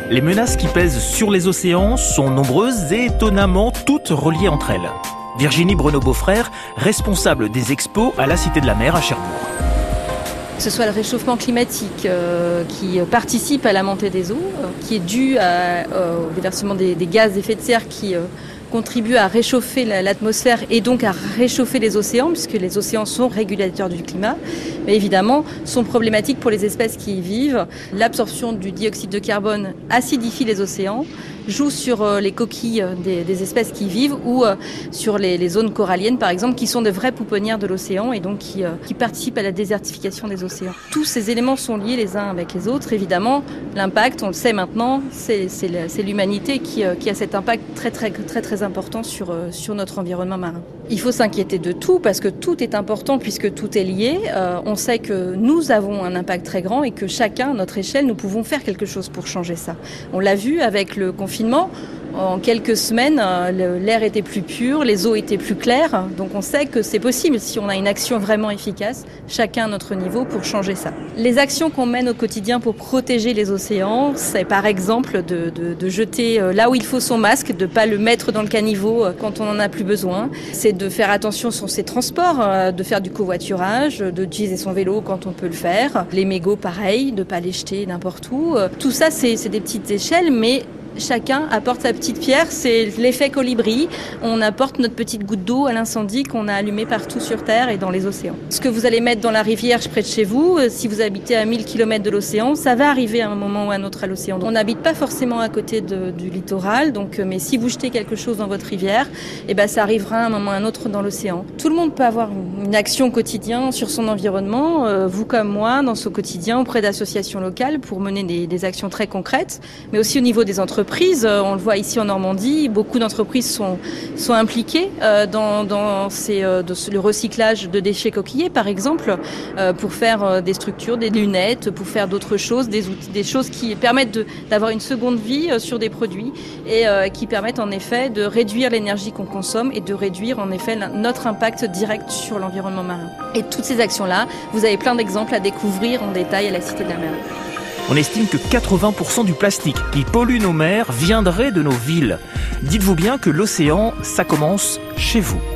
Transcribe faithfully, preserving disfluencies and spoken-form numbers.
Les menaces qui pèsent sur les océans sont nombreuses et étonnamment toutes reliées entre elles. Virginie Bruno-Beaufrère, responsable des expos à la Cité de la Mer à Cherbourg. Que ce soit le réchauffement climatique euh, qui participe à la montée des eaux, euh, qui est dû à, euh, au déversement des, des gaz d'effet de serre qui euh, contribuent à réchauffer la, l'atmosphère et donc à réchauffer les océans, puisque les océans sont régulateurs du climat, mais évidemment sont problématiques pour les espèces qui y vivent. L'absorption du dioxyde de carbone acidifie les océans, joue sur euh, les coquilles des, des espèces qui y vivent ou euh, sur les, les zones coralliennes par exemple, qui sont de vraies pouponnières de l'océan et donc qui, euh, qui participent à la désertification des océans. Tous ces éléments sont liés les uns avec les autres. Évidemment, l'impact, on le sait maintenant, c'est, c'est, c'est l'humanité qui, euh, qui a cet impact très très très très important sur, euh, sur notre environnement marin. Il faut s'inquiéter de tout parce que tout est important puisque tout est lié. Euh, on sait que nous avons un impact très grand et que chacun, à notre échelle, nous pouvons faire quelque chose pour changer ça. On l'a vu avec le confinement. En quelques semaines, l'air était plus pur, les eaux étaient plus claires. Donc on sait que c'est possible si on a une action vraiment efficace, chacun à notre niveau, pour changer ça. Les actions qu'on mène au quotidien pour protéger les océans, c'est par exemple de, de, de jeter là où il faut son masque, de ne pas le mettre dans le caniveau quand on n'en a plus besoin. C'est de faire attention sur ses transports, de faire du covoiturage, d'utiliser son vélo quand on peut le faire. Les mégots, pareil, de ne pas les jeter n'importe où. Tout ça, c'est, c'est des petites échelles, mais chacun apporte sa petite pierre, c'est l'effet colibri. On apporte notre petite goutte d'eau à l'incendie qu'on a allumé partout sur Terre et dans les océans. Ce que vous allez mettre dans la rivière près de chez vous, si vous habitez à mille kilomètres de l'océan, ça va arriver à un moment ou à un autre à l'océan. On n'habite pas forcément à côté de, du littoral, donc, mais si vous jetez quelque chose dans votre rivière, eh ben, ça arrivera à un moment ou à un autre dans l'océan. Tout le monde peut avoir une action quotidienne sur son environnement, euh, vous comme moi, dans son quotidien, auprès d'associations locales pour mener des, des actions très concrètes, mais aussi au niveau des entreprises. On le voit ici en Normandie, beaucoup d'entreprises sont, sont impliquées euh, dans, dans ces, euh, de, le recyclage de déchets coquillers, par exemple, euh, pour faire euh, des structures, des lunettes, pour faire d'autres choses, des outils, des choses qui permettent de, d'avoir une seconde vie euh, sur des produits et euh, qui permettent en effet de réduire l'énergie qu'on consomme et de réduire en effet notre impact direct sur l'environnement marin. Et toutes ces actions-là, vous avez plein d'exemples à découvrir en détail à la Cité de la Mer. On estime que quatre-vingts pour cent du plastique qui pollue nos mers viendrait de nos villes. Dites-vous bien que l'océan, ça commence chez vous.